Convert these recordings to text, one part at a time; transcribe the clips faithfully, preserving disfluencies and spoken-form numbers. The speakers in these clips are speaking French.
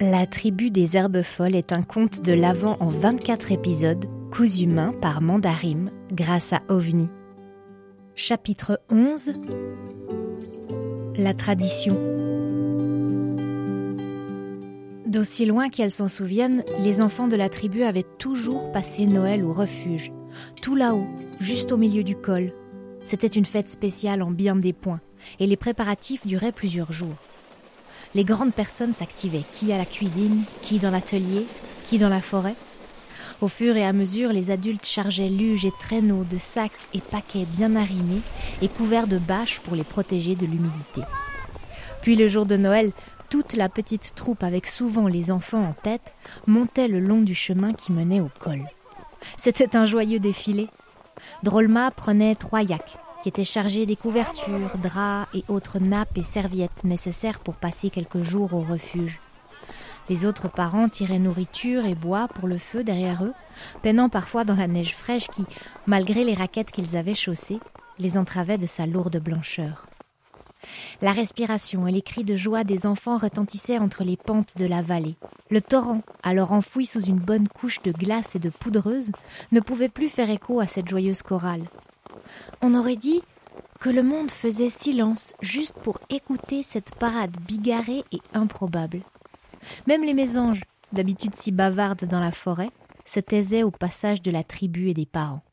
La tribu des herbes folles est un conte de l'Avent en vingt-quatre épisodes, cousu main par Mandarim grâce à OVNI. Chapitre onze. La tradition. D'aussi loin qu'elles s'en souviennent, les enfants de la tribu avaient toujours passé Noël au refuge, tout là-haut, juste au milieu du col. C'était une fête spéciale en bien des points, et les préparatifs duraient plusieurs jours. Les grandes personnes s'activaient, qui à la cuisine, qui dans l'atelier, qui dans la forêt. Au fur et à mesure, les adultes chargeaient luges et traîneaux de sacs et paquets bien arrimés et couverts de bâches pour les protéger de l'humidité. Puis le jour de Noël, toute la petite troupe, avec souvent les enfants en tête, montait le long du chemin qui menait au col. C'était un joyeux défilé. Drolma prenait trois yaks, qui étaient chargés des couvertures, draps et autres nappes et serviettes nécessaires pour passer quelques jours au refuge. Les autres parents tiraient nourriture et bois pour le feu derrière eux, peinant parfois dans la neige fraîche qui, malgré les raquettes qu'ils avaient chaussées, les entravait de sa lourde blancheur. La respiration et les cris de joie des enfants retentissaient entre les pentes de la vallée. Le torrent, alors enfoui sous une bonne couche de glace et de poudreuse, ne pouvait plus faire écho à cette joyeuse chorale. On aurait dit que le monde faisait silence juste pour écouter cette parade bigarrée et improbable. Même les mésanges, d'habitude si bavardes dans la forêt, se taisaient au passage de la tribu et des parents.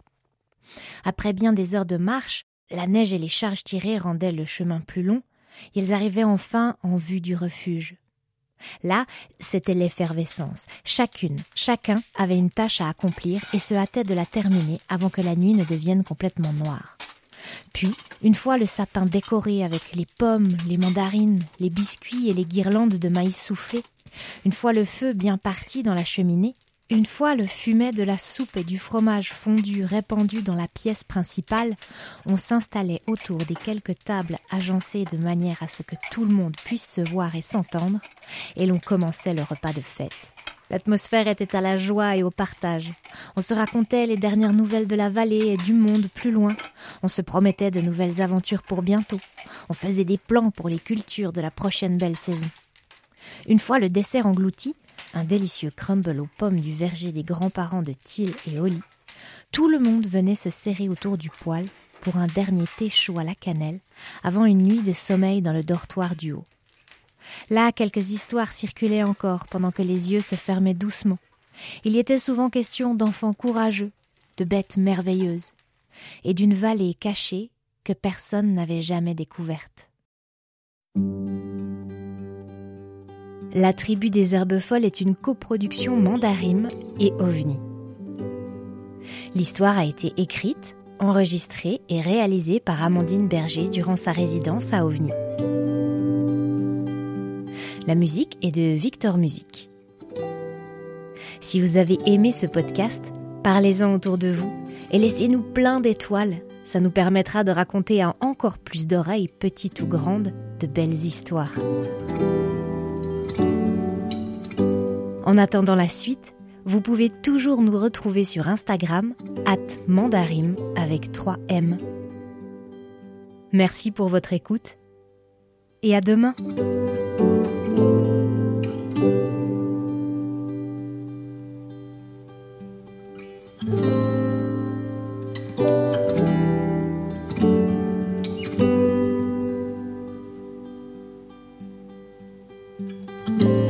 Après bien des heures de marche, la neige et les charges tirées rendaient le chemin plus long, et ils arrivaient enfin en vue du refuge. Là, c'était l'effervescence. Chacune, chacun avait une tâche à accomplir et se hâtait de la terminer avant que la nuit ne devienne complètement noire. Puis, une fois le sapin décoré avec les pommes, les mandarines, les biscuits et les guirlandes de maïs soufflé, une fois le feu bien parti dans la cheminée, une fois le fumet de la soupe et du fromage fondu répandu dans la pièce principale, on s'installait autour des quelques tables agencées de manière à ce que tout le monde puisse se voir et s'entendre, et l'on commençait le repas de fête. L'atmosphère était à la joie et au partage. On se racontait les dernières nouvelles de la vallée et du monde plus loin. On se promettait de nouvelles aventures pour bientôt. On faisait des plans pour les cultures de la prochaine belle saison. Une fois le dessert englouti, un délicieux crumble aux pommes du verger des grands-parents de Till et Holly, tout le monde venait se serrer autour du poêle pour un dernier thé chaud à la cannelle avant une nuit de sommeil dans le dortoir du haut. Là, quelques histoires circulaient encore pendant que les yeux se fermaient doucement. Il y était souvent question d'enfants courageux, de bêtes merveilleuses, et d'une vallée cachée que personne n'avait jamais découverte. La tribu des herbes folles est une coproduction Mandarim et OVNI. L'histoire a été écrite, enregistrée et réalisée par Amandine Berger durant sa résidence à OVNI. La musique est de Victor Music. Si vous avez aimé ce podcast, parlez-en autour de vous et laissez-nous plein d'étoiles. Ça nous permettra de raconter à encore plus d'oreilles, petites ou grandes, de belles histoires. En attendant la suite, vous pouvez toujours nous retrouver sur Instagram, arobase mandarim avec trois M. Merci pour votre écoute et à demain. Thank you.